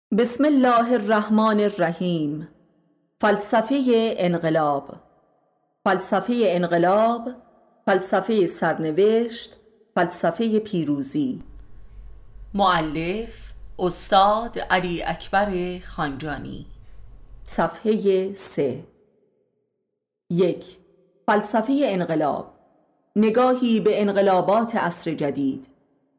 بسم الله الرحمن الرحیم. فلسفه انقلاب. فلسفه انقلاب، فلسفه سرنوشت، فلسفه پیروزی. مؤلف استاد علی اکبر خانجانی. صفحه 3. 1. فلسفه انقلاب، نگاهی به انقلابات عصر جدید.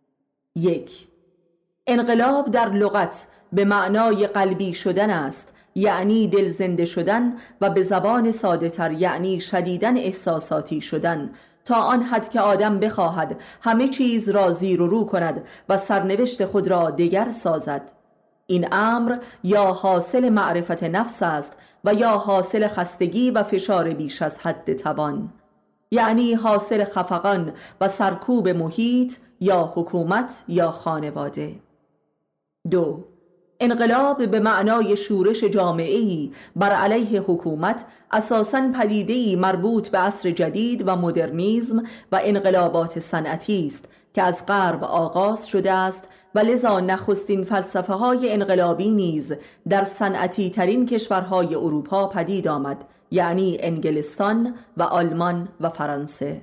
1. انقلاب در لغت به معنای قلبی شدن است، یعنی دل زنده شدن، و به زبان ساده تر یعنی شدیداً احساساتی شدن، تا آن حد که آدم بخواهد همه چیز را زیر و رو کند و سرنوشت خود را دگر سازد. این امر یا حاصل معرفت نفس است و یا حاصل خستگی و فشار بیش از حد توان، یعنی حاصل خفقان و سرکوب محیط یا حکومت یا خانواده. 2. انقلاب به معنای شورش جامعه‌ای بر علیه حکومت، اساساً پدیده‌ای مربوط به عصر جدید و مدرنیسم و انقلابات صنعتی است که از غرب آغاز شده است و لذا نخستین فلسفه‌های انقلابی نیز در صنعتی ترین کشورهای اروپا پدید آمد، یعنی انگلستان و آلمان و فرانسه.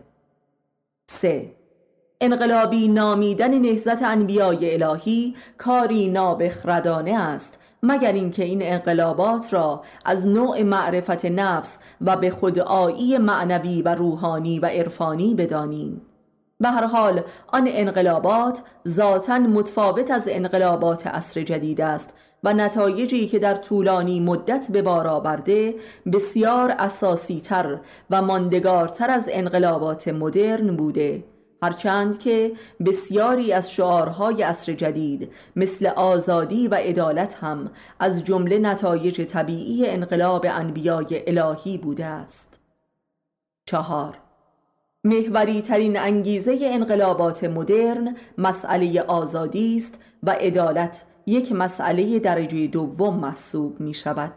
3. انقلابی نامیدن نهضت انبیای الهی کاری نابخردانه است، مگر اینکه این انقلابات را از نوع معرفت نفس و به خودآیی معنوی و روحانی و عرفانی بدانیم. به هر حال آن انقلابات ذاتاً متفاوت از انقلابات عصر جدید است و نتایجی که در طولانی مدت به بار آورده بسیار اساسی تر و ماندگارتر از انقلابات مدرن بوده، هرچند که بسیاری از شعارهای عصر جدید مثل آزادی و عدالت هم از جمله نتایج طبیعی انقلاب انبیای الهی بوده است. 4. محوری ترین انگیزه انقلابات مدرن مسئله آزادی است و عدالت یک مسئله درجه دوم محسوب می شود.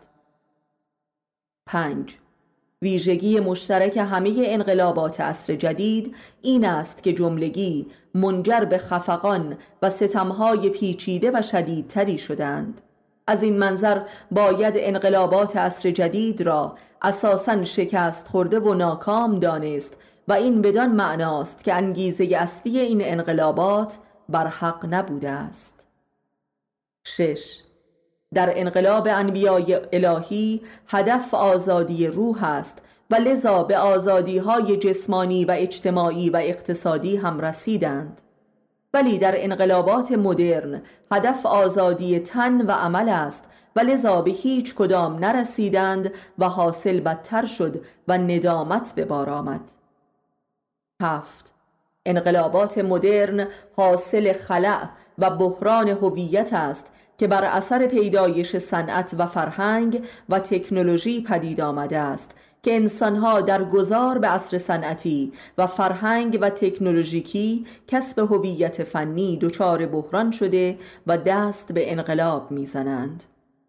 5. ویژگی مشترک همه انقلابات عصر جدید این است که جملگی منجر به خفقان و ستمهای پیچیده و شدیدتری شدند. از این منظر باید انقلابات عصر جدید را اساساً شکست خورده و ناکام دانست و این بدان معناست که انگیزه اصلی این انقلابات بر حق نبوده است. 6. در انقلاب انبیای الهی هدف آزادی روح است و لذا به آزادی‌های جسمانی و اجتماعی و اقتصادی هم رسیدند، ولی در انقلابات مدرن هدف آزادی تن و عمل است و لذا به هیچ کدام نرسیدند و حاصل بدتر شد و ندامت به بار آمد. 7. انقلابات مدرن حاصل خلأ و بحران هویت است که بر اثر پیدایش صنعت و فرهنگ و تکنولوژی پدید آمده است که انسانها در گذار به عصر صنعتی و فرهنگ و تکنولوژیکی کسب هویت فنی دچار بحران شده و دست به انقلاب میزنند.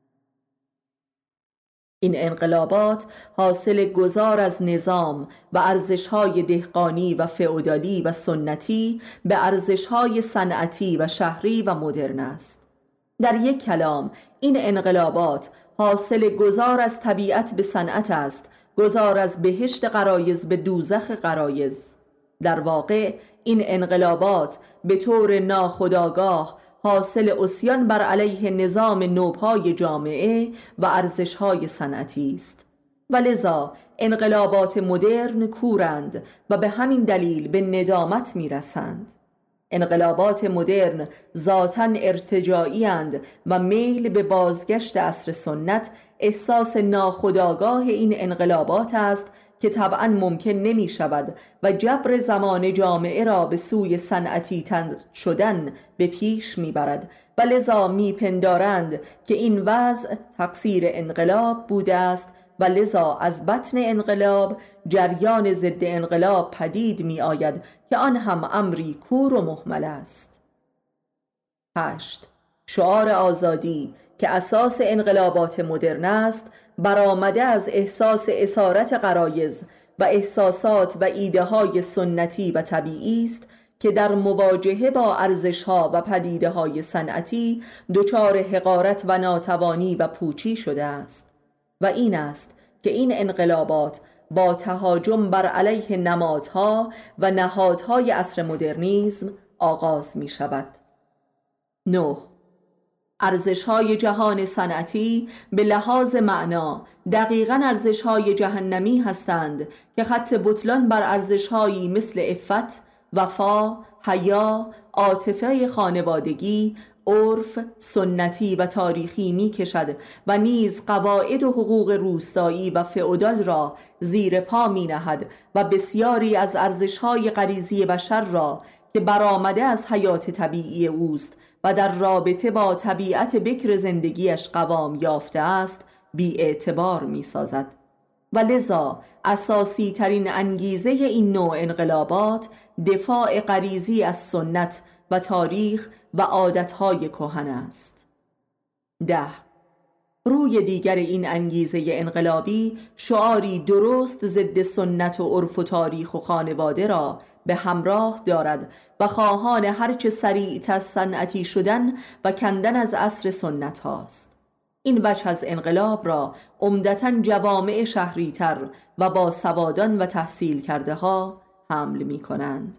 این انقلابات حاصل گذار از نظام و ارزش‌های دهقانی و فئودالی و سنتی به ارزش‌های صنعتی و شهری و مدرن است. در یک کلام این انقلابات حاصل گذار از طبیعت به صنعت است، گذار از بهشت غرایز به دوزخ غرایز. در واقع این انقلابات به طور ناخودآگاه حاصل عصیان بر علیه نظام نوپای جامعه و ارزش‌های صنعتی است و لذا انقلابات مدرن کورند و به همین دلیل به ندامت می‌رسند. انقلابات مدرن ذاتاً ارتجاعی اند و میل به بازگشت عصر سنت احساس ناخودآگاه این انقلابات است که طبعاً ممکن نمی شود و جبر زمان جامعه را به سوی صنعتی تن شدن به پیش می برد و لذا می پندارند که این وضع تقصیر انقلاب بوده است و لذا از بطن انقلاب جریان ضد انقلاب پدید می آید که آن هم امری کور و مهمل است. 8. شعار آزادی که اساس انقلابات مدرن است برآمده از احساس اسارت غرایز و احساسات و ایده های سنتی و طبیعی است که در مواجهه با ارزش‌ها و پدیده‌های صنعتی دچار حقارت و ناتوانی و پوچی شده است و این است که این انقلابات با تهاجم بر علیه نمادها و نهادهای عصر مدرنیسم آغاز می شود. 9. ارزش‌های جهان صنعتی به لحاظ معنا دقیقاً ارزش‌های جهنمی هستند که خط بطلان بر ارزش‌هایی مثل عفت، وفا، حیا، عاطفه خانوادگی، عرف، سنتی و تاریخی می کشد و نیز قواعد و حقوق روستایی و فئودال را زیر پا می نهد و بسیاری از ارزش‌های غریزی بشر را که برآمده از حیات طبیعی اوست و در رابطه با طبیعت بکر زندگیش قوام یافته است بی اعتبار می سازد و لذا اساسی ترین انگیزه این نوع انقلابات دفاع غریزی از سنت و تاریخ و عادتهای کهن است. 10. روی دیگر این انگیزه انقلابی شعاری درست ضد سنت و عرف و تاریخ و خانواده را به همراه دارد و خواهان هرچه سریعتر صنعتی شدن و کندن از عصر سنت هاست. این وجه از انقلاب را عمدتاً جوامع شهری‌تر و با سوادان و تحصیل کرده ها حمل می کنند.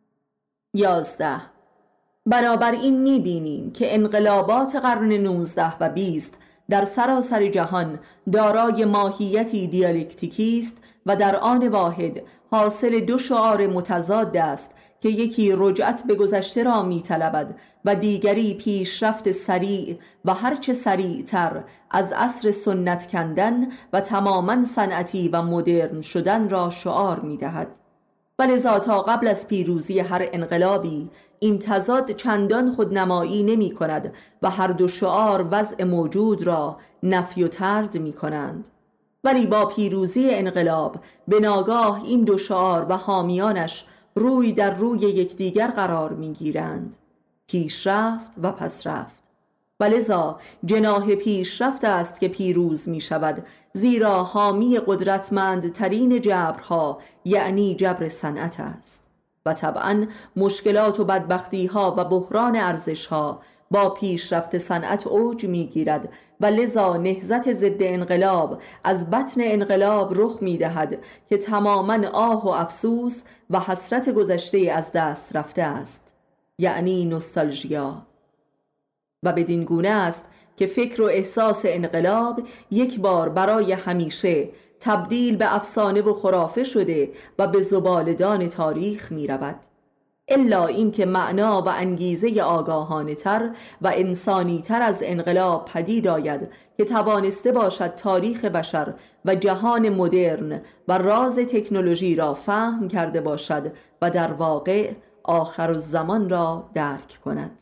11. بنابراین می بینیم که انقلابات قرن 19 و 20 در سراسر جهان دارای ماهیتی دیالکتیکی است و در آن واحد حاصل دو شعار متضاد است که یکی رجعت به گذشته را می طلبد و دیگری پیشرفت سریع و هرچه سریعتر از عصر سنت کندن و تماما صنعتی و مدرن شدن را شعار می دهد. ولذا تا قبل از پیروزی هر انقلابی این تضاد چندان خودنمایی نمی کند و هر دو شعار وضع موجود را نفی و طرد می کنند. ولی با پیروزی انقلاب به ناگاه این دو شعار و حامیانش روی در روی یکدیگر قرار می گیرند، پیشرفت و پسرفت. ولذا جناح پیشرفت است که پیروز می شود، زیرا حامی قدرتمندترین جبرها یعنی جبر صنعت است و طبعا مشکلات و بدبختیها و بحران ارزشها با پیشرفت صنعت اوج می گیرد و لذا نهضت ضد انقلاب از بطن انقلاب رخ می دهد که تماما آه و افسوس و حسرت گذشته از دست رفته است، یعنی نوستالژیا. و بدین گونه است که فکر و احساس انقلاب یک بار برای همیشه تبدیل به افسانه و خرافه شده و به زبالدان تاریخ می رود، الا این که معنا و انگیزه آگاهانه تر و انسانی تر از انقلاب پدید آید که توانسته باشد تاریخ بشر و جهان مدرن و راز تکنولوژی را فهم کرده باشد و در واقع آخرالزمان را درک کند.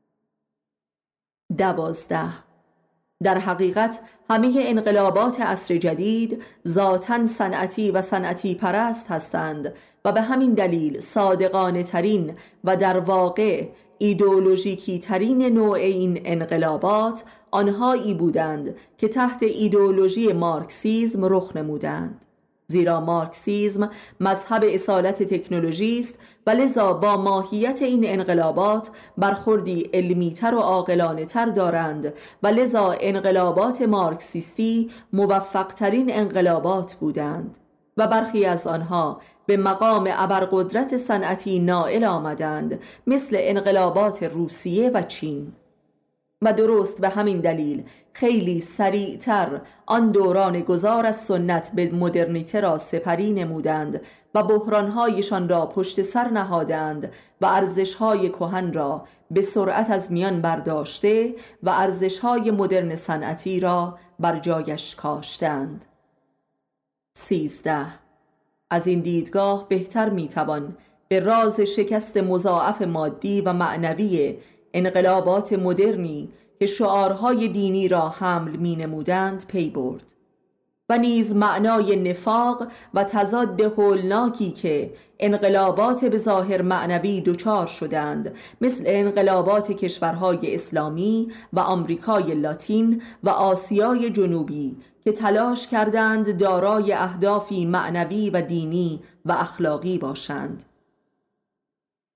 12. در حقیقت همه انقلابات عصر جدید ذاتاً صنعتی و صنعتی پرست هستند و به همین دلیل صادقانه ترین و در واقع ایدئولوژیکی ترین نوع این انقلابات آنهایی بودند که تحت ایدئولوژی مارکسیسم رخ نمودند، زیرا مارکسیسم مذهب اصالت تکنولوژی است و لذا با ماهیت این انقلابات برخوردی علمیتر و عاقلانه تر دارند و لذا انقلابات مارکسیستی موفقترین انقلابات بودند و برخی از آنها به مقام ابرقدرت صنعتی نائل آمدند، مثل انقلابات روسیه و چین. و درست به همین دلیل خیلی سریعتر آن دوران گذار از سنت به مدرنیته را سپری نمودند و بحرانهایشان را پشت سر نهادند و ارزشهای کهن را به سرعت از میان برداشته و ارزشهای مدرن صنعتی را بر جایش کاشتند. 13. از این دیدگاه بهتر میتوان به راز شکست مضاعف مادی و معنوی انقلابات مدرنی که شعارهای دینی را حمل می نمودند پی برد و نیز معنای نفاق و تضاد هولناکی که انقلابات به ظاهر معنوی دچار شدند، مثل انقلابات کشورهای اسلامی و آمریکای لاتین و آسیای جنوبی که تلاش کردند دارای اهدافی معنوی و دینی و اخلاقی باشند.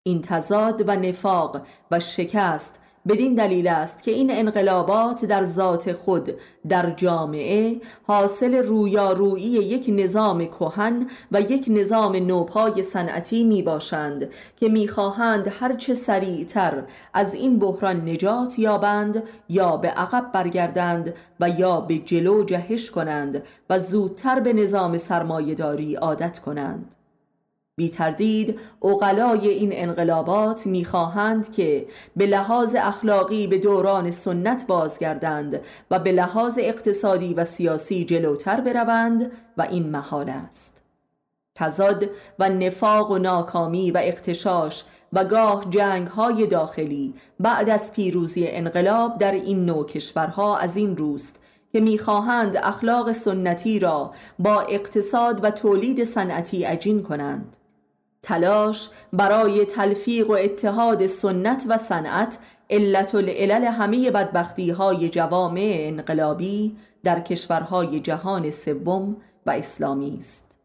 این تضاد و نفاق و شکست بدین دلیل است که این انقلابات در ذات خود در جامعه حاصل رویارویی یک نظام کهن و یک نظام نوپای صنعتی می باشند که می خواهند هرچه سریعتر از این بحران نجات یابند یا به عقب برگردند و یا به جلو جهش کنند و زودتر به نظام سرمایه‌داری عادت کنند. بی تردید عقلای این انقلابات می‌خواهند که به لحاظ اخلاقی به دوران سنت بازگردند و به لحاظ اقتصادی و سیاسی جلوتر بروند و این محال است. تضاد و نفاق و ناکامی و اغتشاش و گاه جنگ‌های داخلی بعد از پیروزی انقلاب در این نوع کشورها از این روست که می‌خواهند اخلاق سنتی را با اقتصاد و تولید صنعتی عجین کنند. تلاش برای تلفیق و اتحاد سنت و صنعت علت العلل همه بدبختی‌های جوامع انقلابی در کشورهای جهان سوم و اسلامی است.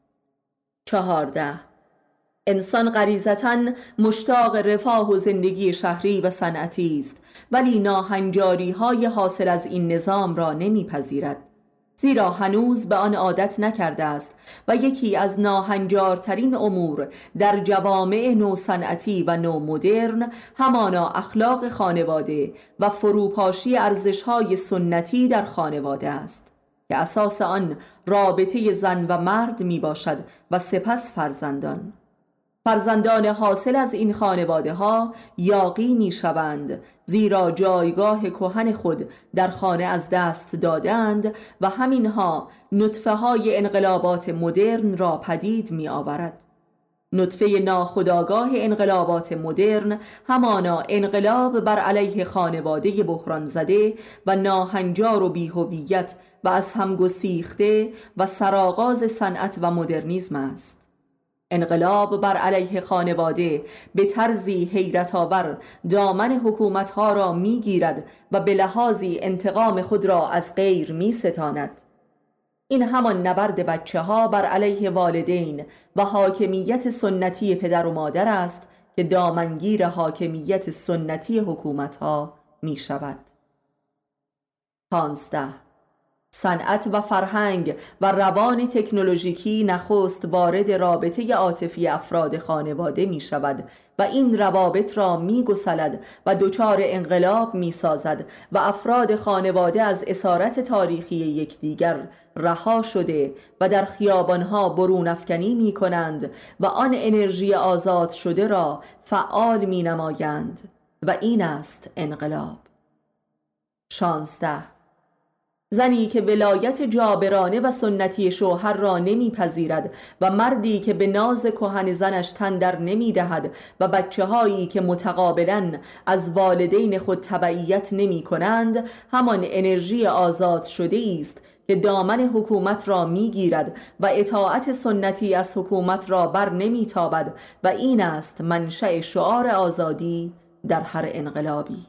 14. انسان غریزتاً مشتاق رفاه و زندگی شهری و صنعتی است، ولی ناهنجاری‌های حاصل از این نظام را نمی‌پذیرد، زیرا هنوز به آن عادت نکرده است و یکی از ناهنجارترین امور در جوامع نوصنعتی و نو مدرن همانا اخلاق خانواده و فروپاشی ارزش‌های سنتی در خانواده است که اساس آن رابطه زن و مرد می باشد و سپس فرزندان. فرزندان حاصل از این خانواده ها یاغی می شوند، زیرا جایگاه کهن خود در خانه از دست دادند و همینها نطفه های انقلابات مدرن را پدید می آورد. نطفه ناخودآگاه انقلابات مدرن همانا انقلاب بر علیه خانواده بحران زده و ناهنجار و بی‌هویت و از هم گسیخته و سرآغاز صنعت و مدرنیسم است. انقلاب بر علیه خانواده به طرزی حیرت آور دامن حکومتها را می گیرد و به لحاظی انتقام خود را از غیر می ستاند. این همان نبرد بچه ها بر علیه والدین و حاکمیت سنتی پدر و مادر است که دامنگیر حاکمیت سنتی حکومتها می شود. 15. صنعت و فرهنگ و روان تکنولوژیکی نخست وارد رابطه عاطفی افراد خانواده می شود و این روابط را می گسلد و دچار انقلاب می سازد و افراد خانواده از اسارت تاریخی یکدیگر رها شده و در خیابانها برون افکنی می کنند و آن انرژی آزاد شده را فعال می نمایند و این است انقلاب. 16. زنی که ولایت جابرانه و سنتی شوهر را نمیپذیرد و مردی که به ناز کهن زنش تن در نمیدهد و بچه هایی که متقابلا از والدین خود تبعیت نمی کنند همان انرژی آزاد شده است که دامن حکومت را میگیرد و اطاعت سنتی از حکومت را بر نمیتابد و این است منشأ شعار آزادی در هر انقلابی.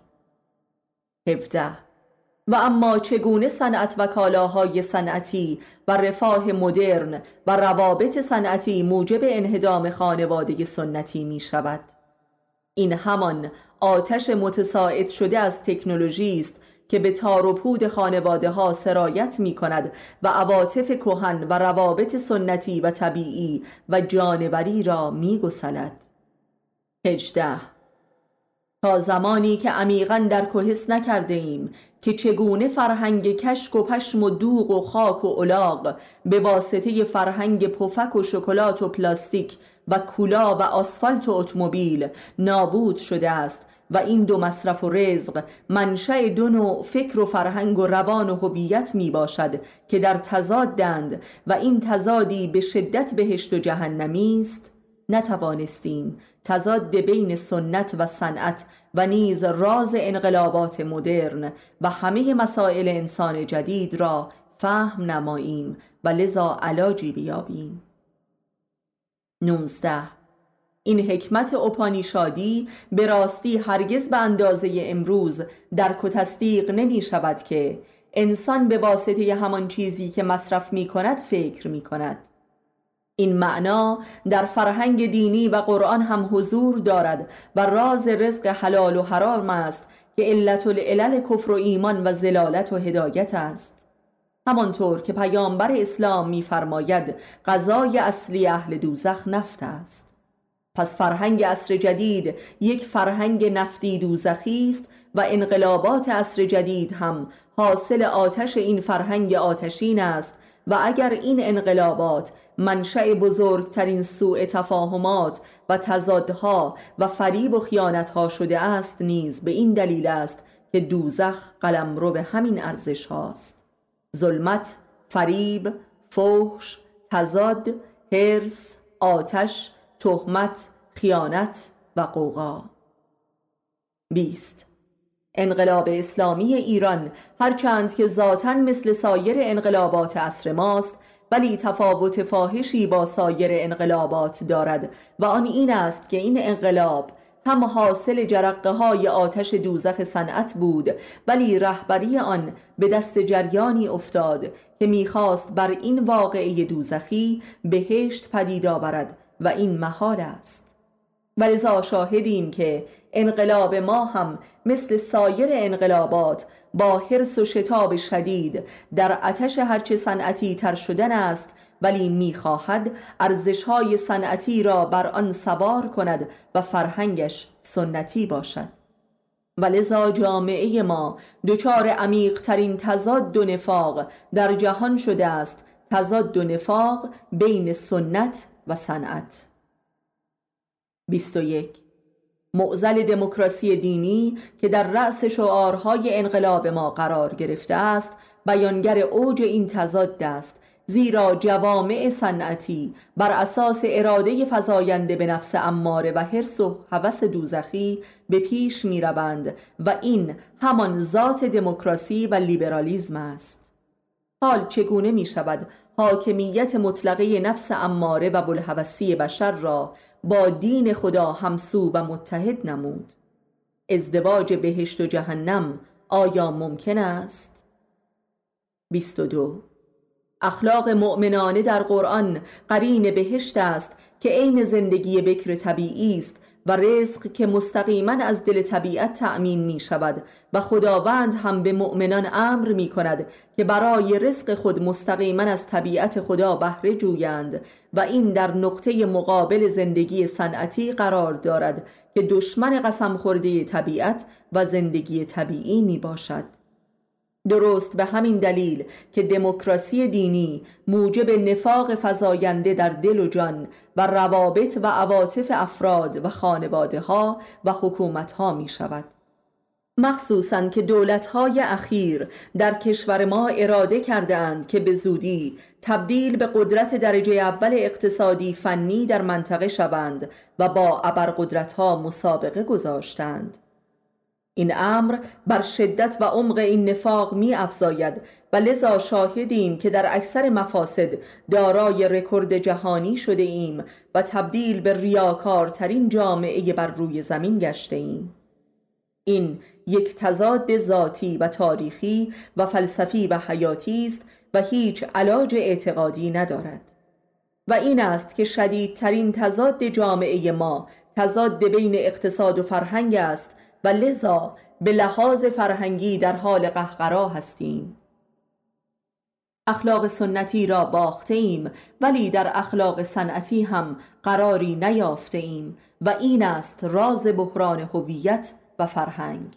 17. و اما چگونه صنعت و کالاهای صنعتی و رفاه مدرن و روابط صنعتی موجب انهدام خانواده سنتی می شود؟ این همان آتش متصاعد شده از تکنولوژی است که به تار و پود خانواده ها سرایت می کند و عواطف کهن و روابط سنتی و طبیعی و جانوری را می گسلد. 18. تا زمانی که عمیقاً درک و حس نکرده ایم که چگونه فرهنگ کشک و پشم و دوغ و خاک و الاغ به واسطه فرهنگ پفک و شکلات و پلاستیک و کولا و آسفالت و اتومبیل نابود شده است و این دو مصرف و رزق منشأ دو نوع فکر و فرهنگ و روان و هویت می باشد که در تضادند و این تضادی به شدت بهشت و جهنمی است، نتوانستیم تضاد بین سنت و صنعت و نیز راز انقلابات مدرن و همه مسائل انسان جدید را فهم نماییم و لذا علاجی بیابیم. 19. این حکمت اپانیشادی به راستی هرگز به اندازه امروز درک و تصدیق نمی شود که انسان به واسطه همان چیزی که مصرف می کند فکر می کند. این معنا در فرهنگ دینی و قرآن هم حضور دارد و راز رزق حلال و حرام است که علت العلل کفر و ایمان و ضلالت و هدایت است. همانطور که پیامبر اسلام می‌فرماید غذای اصلی اهل دوزخ نفت است. پس فرهنگ عصر جدید یک فرهنگ نفتی دوزخی است و انقلابات عصر جدید هم حاصل آتش این فرهنگ آتشین است و اگر این انقلابات منشأ بزرگترین سوء تفاهمات و تضادها و فریب و خیانتها شده است نیز به این دلیل است که دوزخ قلمرو به همین ارزش هاست: ظلمت، فریب، فحش، تضاد، حرص، آتش، تهمت، خیانت و غوغا. 20. انقلاب اسلامی ایران هرچند که ذاتاً مثل سایر انقلابات عصر ماست، ولی تفاوت فاحشی با سایر انقلابات دارد و آن این است که این انقلاب هم حاصل جرقه های آتش دوزخ صنعت بود، ولی رهبری آن به دست جریانی افتاد که میخواست بر این واقعه دوزخی بهشت پدید آورد و این محال است. ولذا شاهدیم که انقلاب ما هم مثل سایر انقلابات با حرص و شتاب شدید در آتش هرچه صنعتی تر شدن است، ولی میخواهد ارزش‌های صنعتی را بر آن سوار کند و فرهنگش سنتی باشد. ولذا جامعه ما دچار عمیق‌ترین تضاد و نفاق در جهان شده است، تضاد و نفاق بین سنت و صنعت. 21. معضل دموکراسی دینی که در رأس شعارهای انقلاب ما قرار گرفته است بیانگر اوج این تضاد است، زیرا جوامع صنعتی بر اساس اراده فزاینده به نفس اماره و حرص و هوس دوزخی به پیش می روند و این همان ذات دموکراسی و لیبرالیسم است. حال چگونه می شود حاکمیت مطلقه نفس اماره و بوالهوسی بشر را با دین خدا همسو و متحد نمود؟ ازدواج بهشت و جهنم آیا ممکن است؟ 22. اخلاق مؤمنانه در قرآن قرین بهشت است که عین زندگی بکر طبیعی است و رزق که مستقیما از دل طبیعت تأمین می شود و خداوند هم به مؤمنان امر می کند که برای رزق خود مستقیما از طبیعت خدا بهره جویند و این در نقطه مقابل زندگی صنعتی قرار دارد که دشمن قسم خورده طبیعت و زندگی طبیعی می باشد. درست به همین دلیل که دموکراسی دینی موجب نفاق فزاینده در دل و جان و روابط و عواطف افراد و خانواده ها و حکومت ها می شود. مخصوصاً که دولت‌های اخیر در کشور ما اراده کردند که به زودی تبدیل به قدرت درجه اول اقتصادی فنی در منطقه شوند و با ابرقدرت‌ها مسابقه گذاشتند. این امر بر شدت و عمق این نفاق می افزاید و لذا شاهدیم که در اکثر مفاسد دارای رکورد جهانی شده ایم و تبدیل به ریاکارترین جامعه بر روی زمین گشته ایم. این یک تضاد ذاتی و تاریخی و فلسفی و حیاتی است و هیچ علاج اعتقادی ندارد و این است که شدیدترین تضاد جامعه ما تضاد بین اقتصاد و فرهنگ است و لذا به لحاظ فرهنگی در حال قهقرا هستیم. اخلاق سنتی را باخته ایم ولی در اخلاق صنعتی هم قراری نیافته ایم و این است راز بحران هویت و فرهنگ.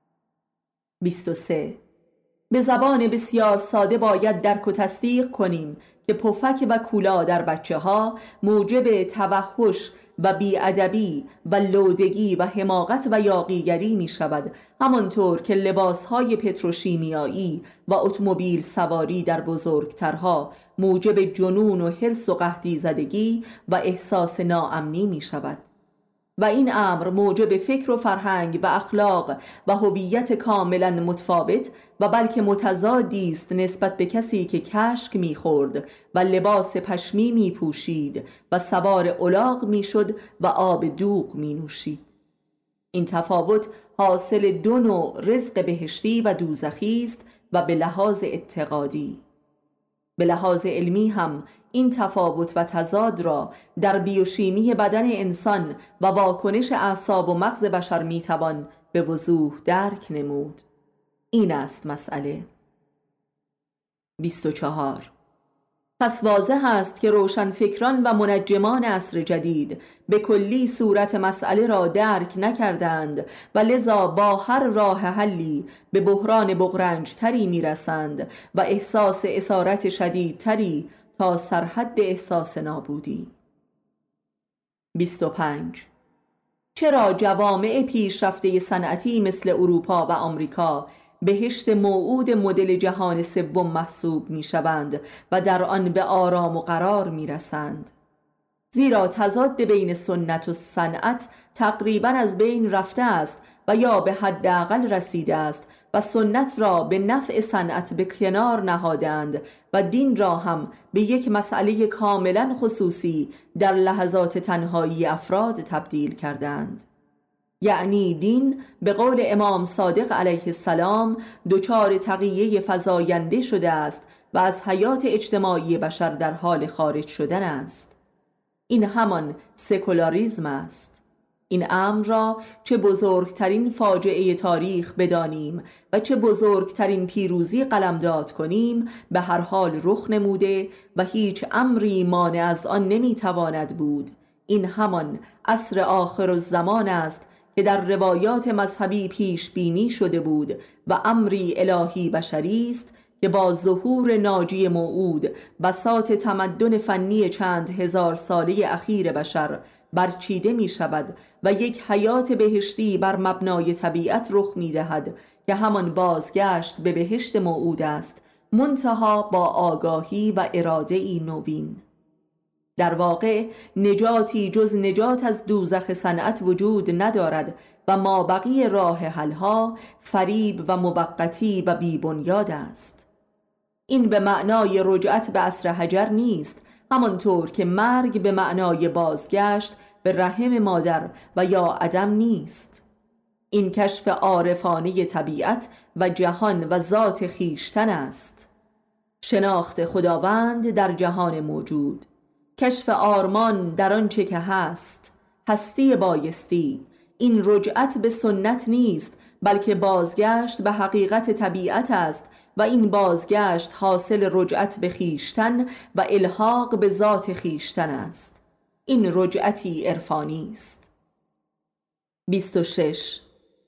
23. به زبان بسیار ساده باید درک و تصدیق کنیم که پفک و کولا در بچه ها موجب توحش و بی‌ادبی و لودگی و حماقت و یاغیگری می شود، همانطور که لباسهای پتروشیمیایی و اتومبیل سواری در بزرگترها موجب جنون و حرص و قحطی زدگی و احساس ناامنی می شود و این امر موجب فکر و فرهنگ و اخلاق و هویت کاملا متفاوت و بلکه متضادی است نسبت به کسی که کشک می‌خورد و لباس پشمی می‌پوشید و سوار الاغ می‌شد و آب دوغ می‌نوشید. این تفاوت حاصل دو نوع رزق بهشتی و دوزخی است و به لحاظ اعتقادی. به لحاظ علمی هم این تفاوت و تضاد را در بیوشیمی بدن انسان و واکنش اعصاب و مغز بشر میتوان به وضوح درک نمود. این است مسئله. 24. پس واضح است که روشنفکران و منجمان عصر جدید به کلی صورت مسئله را درک نکردند و لذا با هر راه حلی به بحران بغرنجتری میرسند و احساس اسارت شدیدتری تا سرحد احساس نابودی. 25. چرا جوامع پیشرفته صنعتی مثل اروپا و آمریکا بهشت موعود مدل جهان سوم محسوب می شوند و در آن به آرام و قرار می رسند؟ زیرا تضاد بین سنت و صنعت تقریبا از بین رفته است و یا به حداقل رسیده است و سنت را به نفع صنعت به کنار نهادند و دین را هم به یک مسئله کاملا خصوصی در لحظات تنهایی افراد تبدیل کردند. یعنی دین به قول امام صادق علیه السلام دچار تقیه فزاینده شده است و از حیات اجتماعی بشر در حال خارج شدن است. این همان سکولاریسم است. این امر را چه بزرگترین فاجعه تاریخ بدانیم و چه بزرگترین پیروزی قلمداد کنیم، به هر حال رخ نموده و هیچ امری مانع از آن نمیتواند بود. این همان عصر آخر الزمان است که در روایات مذهبی پیش بینی شده بود و امری الهی بشری است که با ظهور ناجی موعود بساط تمدن فنی چند هزار ساله اخیر بشر برچیده می شود و یک حیات بهشتی بر مبنای طبیعت رخ می دهد که همان بازگشت به بهشت موعود است، منتها با آگاهی و اراده‌ای نوین. در واقع نجاتی جز نجات از دوزخ صنعت وجود ندارد و ما بقیه راه حلها فریب و موقتی و بی‌بنیاد است. این به معنای رجعت به عصر حجر نیست، همانطور که مرگ به معنای بازگشت به رحم مادر و یا عدم نیست. این کشف عارفانه طبیعت و جهان و ذات خیشتن است، شناخت خداوند در جهان موجود، کشف آرمان در آنچه که هست، هستی بایستی. این رجعت به سنت نیست، بلکه بازگشت به حقیقت طبیعت است و این بازگشت حاصل رجعت به خیشتن و الحاق به ذات خیشتن است. این رجعتی عرفانی است. 26.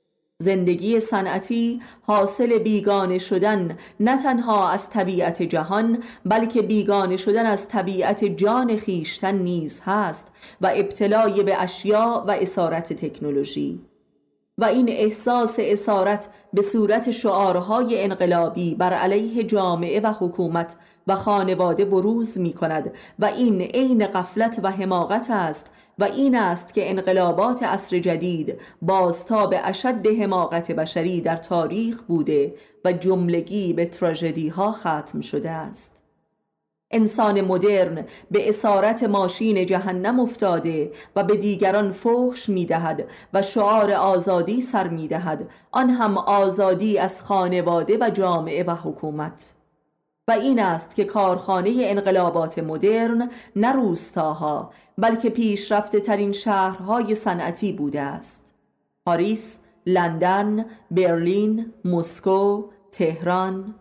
زندگی صنعتی حاصل بیگانه شدن نه تنها از طبیعت جهان، بلکه بیگانه شدن از طبیعت جان خیشتن نیز هست و ابتلای به اشیاء و اسارت تکنولوژی. و این احساس اسارت به صورت شعارهای انقلابی بر علیه جامعه و حکومت و خانواده بروز می کند و این عین غفلت و حماقت است و این است که انقلابات عصر جدید بازتاب اشد حماقت بشری در تاریخ بوده و جملگی به تراژدی ها ختم شده است. انسان مدرن به اسارت ماشین جهنم افتاده و به دیگران فحش می‌دهد و شعار آزادی سر می‌دهد، آن هم آزادی از خانواده و جامعه و حکومت. و این است که کارخانه انقلابات مدرن نه روستاها بلکه پیشرفته ترین شهرهای صنعتی بوده است: پاریس، لندن، برلین، مسکو، تهران.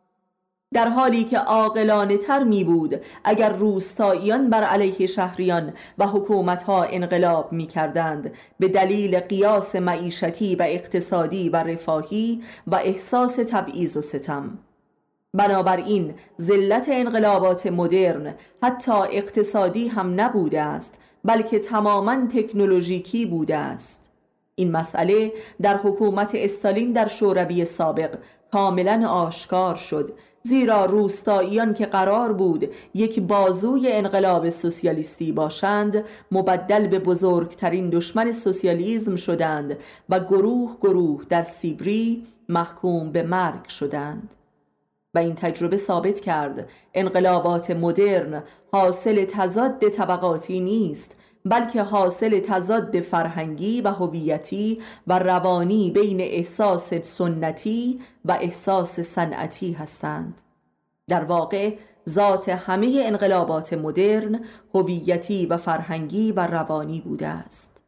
در حالی که عاقلانه تر می بود اگر روستاییان بر علیه شهریان و حکومتها انقلاب می کردند به دلیل قیاس معیشتی و اقتصادی و رفاهی و احساس تبعیض و ستم. بنابراین ذلت انقلابات مدرن حتی اقتصادی هم نبوده است، بلکه تماما تکنولوژیکی بوده است. این مسئله در حکومت استالین در شوروی سابق کاملا آشکار شد، زیرا روستاییان که قرار بود یک بازوی انقلاب سوسیالیستی باشند مبدل به بزرگترین دشمن سوسیالیسم شدند و گروه گروه در سیبری محکوم به مرگ شدند. و این تجربه ثابت کرد انقلابات مدرن حاصل تضاد طبقاتی نیست، بلکه حاصل تضاد فرهنگی و هویتی و روانی بین احساس سنتی و احساس صنعتی هستند. در واقع ذات همه انقلابات مدرن هویتی و فرهنگی و روانی بوده است.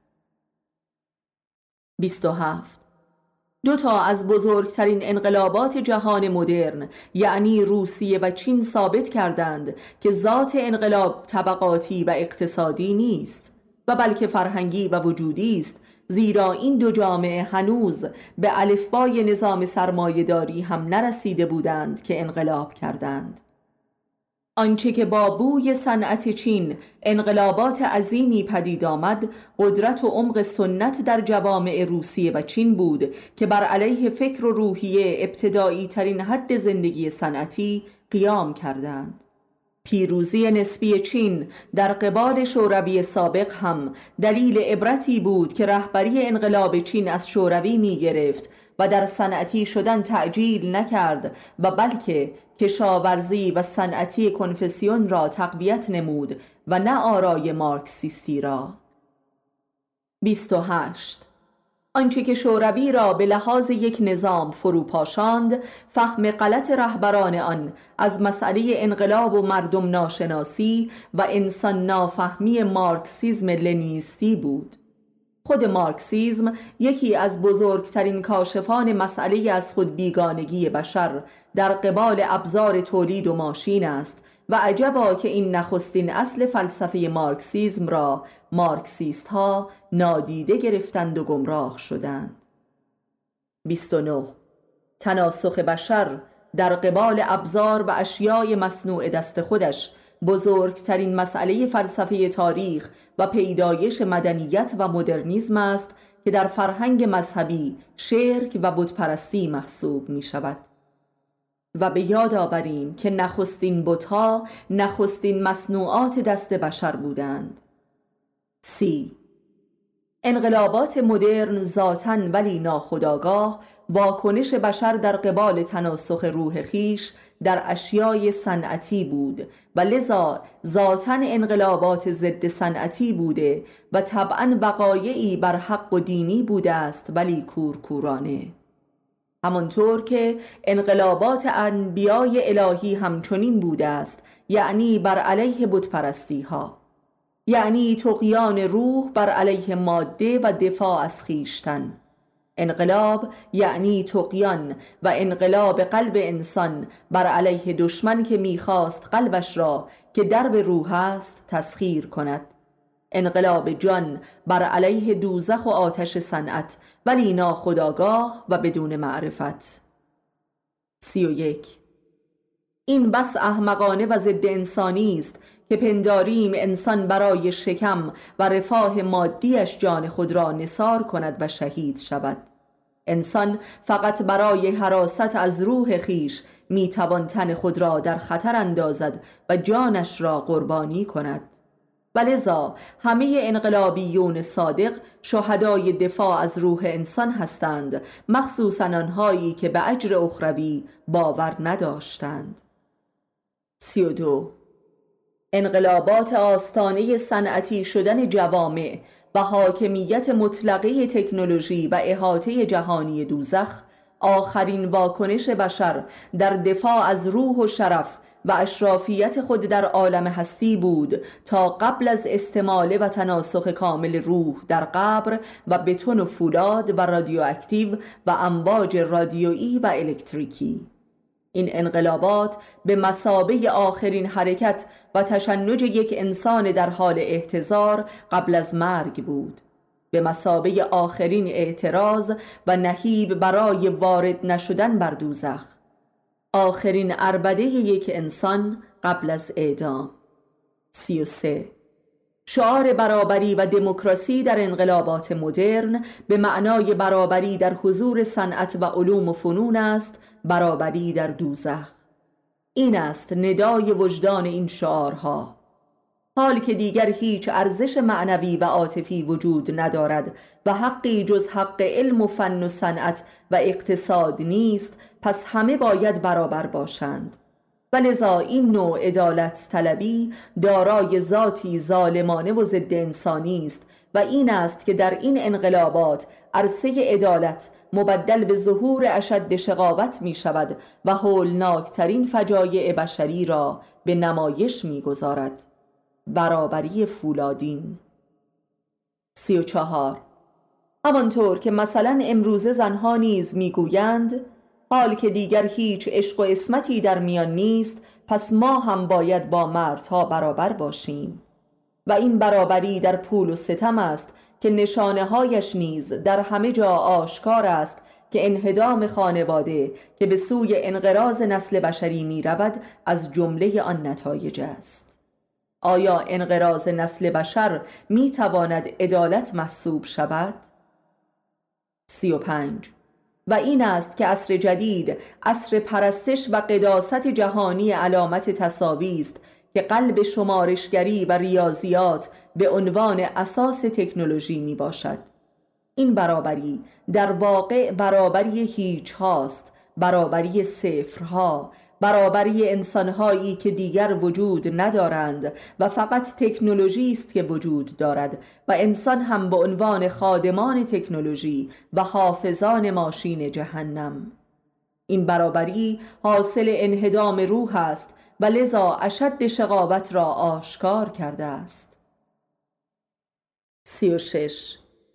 27. دو تا از بزرگترین انقلابات جهان مدرن یعنی روسیه و چین ثابت کردند که ذات انقلاب طبقاتی و اقتصادی نیست و بلکه فرهنگی و وجودی است، زیرا این دو جامعه هنوز به الفبای نظام سرمایه‌داری هم نرسیده بودند که انقلاب کردند. آنچه که با بوی صنعت چین انقلابات عظیمی پدید آمد، قدرت و عمق سنت در جوامع روسیه و چین بود که بر علیه فکر و روحیه ابتدایی ترین حد زندگی صنعتی قیام کردند. پیروزی نسبی چین در قبال شوروی سابق هم دلیل عبرتی بود که رهبری انقلاب چین از شوروی می گرفت و در صنعتی شدن تعجیل نکرد و بلکه کشاورزی و صنعتی کنفسیون را تقویت نمود و نه آرای مارکسیستی را. 28. آنچه که شوروی را به لحاظ یک نظام فروپاشاند، فهم غلط رهبران آن از مسئله انقلاب و مردم ناشناسی و انسان نافهمی مارکسیسم لنینیستی بود. خود مارکسیسم یکی از بزرگترین کاشفان مسئله از خود بیگانگی بشر در قبال ابزار تولید و ماشین است و عجبا که این نخستین اصل فلسفه مارکسیسم را مارکسیست ها نادیده گرفتند و گمراه شدند. 29. تناسخ بشر در قبال ابزار و اشیای مصنوع دست خودش بزرگترین مسئله فلسفه تاریخ و پیدایش مدنیت و مدرنیسم است که در فرهنگ مذهبی شرک و بتپرستی محسوب می شود. و به یاد آوریم که نخستین بت‌ها نخستین مصنوعات دست بشر بودند. 30. انقلابات مدرن ذاتاً ولی ناخودآگاه واکنش بشر در قبال تناسخ روح خیش در اشیای صنعتی بود و لذا ذاتاً انقلابات ضد صنعتی بوده و طبعاً وقایعی بر حق و دینی بوده است ولی کورکورانه. همانطور که انقلابات انبیای الهی همچنین بوده است، یعنی بر علیه بتپرستی ها، یعنی طغیان روح بر علیه ماده و دفاع از خویشتن. انقلاب یعنی طغیان و انقلاب قلب انسان بر علیه دشمن که میخواست قلبش را که درب روح است تسخیر کند. انقلاب جان بر علیه دوزخ و آتش صنعت ولی ناخودآگاه و بدون معرفت. 31. این بس احمقانه و ضد انسانی است که پنداریم انسان برای شکم و رفاه مادیش جان خود را نثار کند و شهید شود. انسان فقط برای حراست از روح خیش میتوان تن خود را در خطر اندازد و جانش را قربانی کند. ولذا همه انقلابیون صادق شهدای دفاع از روح انسان هستند، مخصوصاً آنهایی که به اجر اخروی باور نداشتند. 32. انقلابات آستانه صنعتی شدن جوامع و حاکمیت مطلقه تکنولوژی و احاطه جهانی دوزخ آخرین واکنش بشر در دفاع از روح و شرف و اشرافیت خود در عالم هستی بود تا قبل از استماله و تناسخ کامل روح در قبر و بتون و فولاد و رادیواکتیو و امواج رادیویی و الکتریکی. این انقلابات به مثابه آخرین حرکت و تشنج یک انسان در حال احتضار قبل از مرگ بود، به مثابه آخرین اعتراض و نهیب برای وارد نشدن بر دوزخ، آخرین عربده یک انسان قبل از اعدام. 33. شعار برابری و دموکراسی در انقلابات مدرن به معنای برابری در حضور صنعت و علوم و فنون است، برابری در دوزخ. این است ندای وجدان این شعارها. حال که دیگر هیچ ارزش معنوی و عاطفی وجود ندارد و حقی جز حق علم و فن و صنعت و اقتصاد نیست، پس همه باید برابر باشند. ولذا این نوع عدالت طلبی دارای ذاتی ظالمانه و ضد انسانی است و این است که در این انقلابات عرصه عدالت مبدل به ظهور اشد شقاوت می شود و هولناکترین فجایع بشری را به نمایش می گذارد. برابری فولادین. 34. همانطور که مثلا امروزه زنها نیز میگویند حال که دیگر هیچ عشق و عصمتی در میان نیست، پس ما هم باید با مردها برابر باشیم، و این برابری در پول و ستم است که نشانه هایش نیز در همه جا آشکار است که انهدام خانواده که به سوی انقراض نسل بشری می رود از جمله آن نتایج است. آیا انقراض نسل بشر می تواند عدالت محسوب شود؟ 35. و این است که عصر جدید عصر پرستش و قداست جهانی علامت تساوی است که قلب شمارشگری و ریاضیات به عنوان اساس تکنولوژی می باشد. این برابری در واقع برابری هیچ هاست، برابری صفرها، برابری انسانهایی که دیگر وجود ندارند و فقط تکنولوژی است که وجود دارد و انسان هم به عنوان خادمان تکنولوژی و حافظان ماشین جهنم. این برابری حاصل انهدام روح است و لذا اشد شقاوت را آشکار کرده است. 36.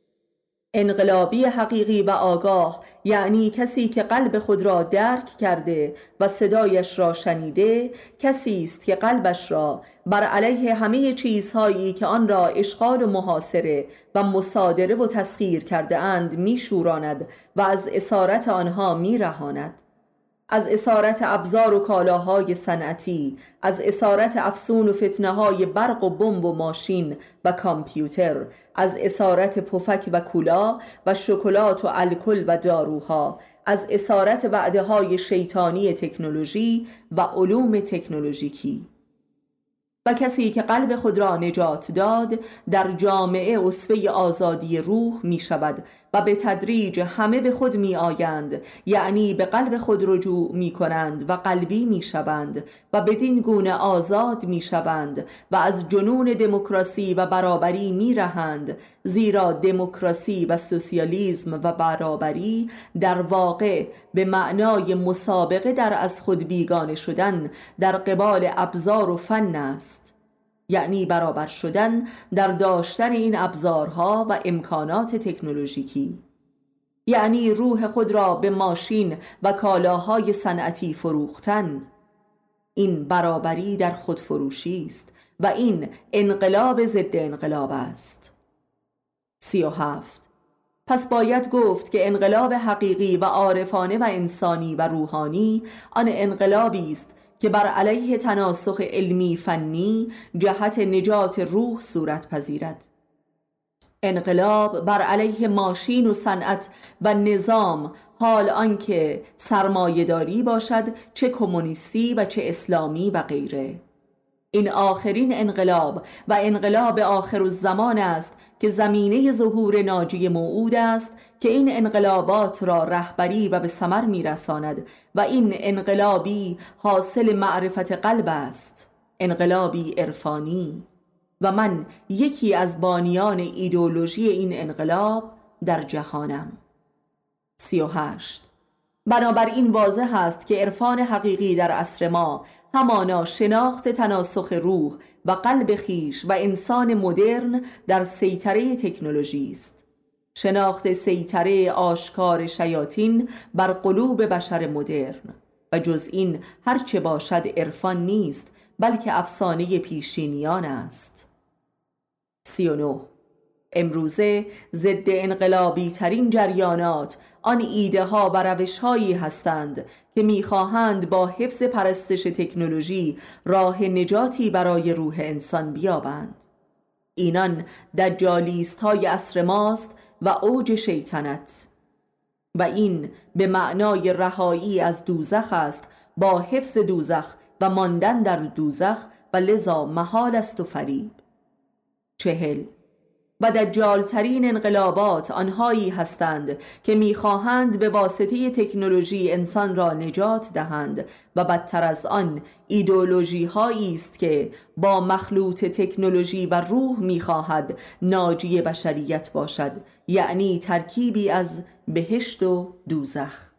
انقلابی حقیقی و آگاه یعنی کسی که قلب خود را درک کرده و صدایش را شنیده، کسی است که قلبش را بر علیه همه چیزهایی که آن را اشغال و محاصره و مصادره و تسخیر کرده اند می شوراند و از اسارت آنها می رهاند. از اسارت ابزار و کالاهای صنعتی، از اسارت افسون و فتنه‌های برق و بمب و ماشین و کامپیوتر، از اسارت پفک و کولا و شکلات و الکل و داروها، از اسارت وعده‌های شیطانی تکنولوژی و علوم تکنولوژیکی. و کسی که قلب خود را نجات داد در جامعه اسوه آزادی روح می شود و به تدریج همه به خود می آیند، یعنی به قلب خود رجوع می کنند و قلبی می شوند و بدین گونه آزاد می شوند و از جنون دموکراسی و برابری می رهند، زیرا دموکراسی و سوسیالیسم و برابری در واقع به معنای مسابقه در از خود بیگانه شدن در قبال ابزار و فن است، یعنی برابر شدن در داشتن این ابزارها و امکانات تکنولوژیکی، یعنی روح خود را به ماشین و کالاهای صنعتی فروختن. این برابری در خودفروشی است و این انقلاب ضد انقلاب است. 37. پس باید گفت که انقلاب حقیقی و عارفانه و انسانی و روحانی آن انقلابی است که بر علیه تناسخ علمی فنی جهت نجات روح صورت پذیرد. انقلاب بر علیه ماشین و صنعت و نظام، حال آنکه سرمایه‌داری باشد، چه کمونیستی و چه اسلامی و غیره. این آخرین انقلاب و انقلاب آخرالزمان است که زمینه ظهور ناجی موعود است که این انقلابات را رهبری و به ثمر میرساند و این انقلابی حاصل معرفت قلب است، انقلابی عرفانی، و من یکی از بانیان ایدئولوژی این انقلاب در جهانم. 38. بنابراین واضح است که عرفان حقیقی در عصر ما همانا شناخت تناسخ روح و قلب خیش و انسان مدرن در سیطره تکنولوژی است، شناخت سیطره آشکار شیاطین بر قلوب بشر مدرن، و جز این هرچه باشد عرفان نیست بلکه افسانه پیشینیان است. 39. امروزه ضد انقلابی ترین جریانات آن ایده ها و روش هایی هستند که میخواهند با حفظ پرستش تکنولوژی راه نجاتی برای روح انسان بیابند. اینان دجالیست های عصر ماست و اوج شیطنت، و این به معنای رهایی از دوزخ است با حفظ دوزخ و ماندن در دوزخ، و لذا محال است و فریب. 40. و دجالترین انقلابات آنهایی هستند که میخواهند به واسطه تکنولوژی انسان را نجات دهند، و بدتر از آن ایدئولوژی هایی است که با مخلوط تکنولوژی و روح میخواهد ناجی بشریت باشد، یعنی ترکیبی از بهشت و دوزخ.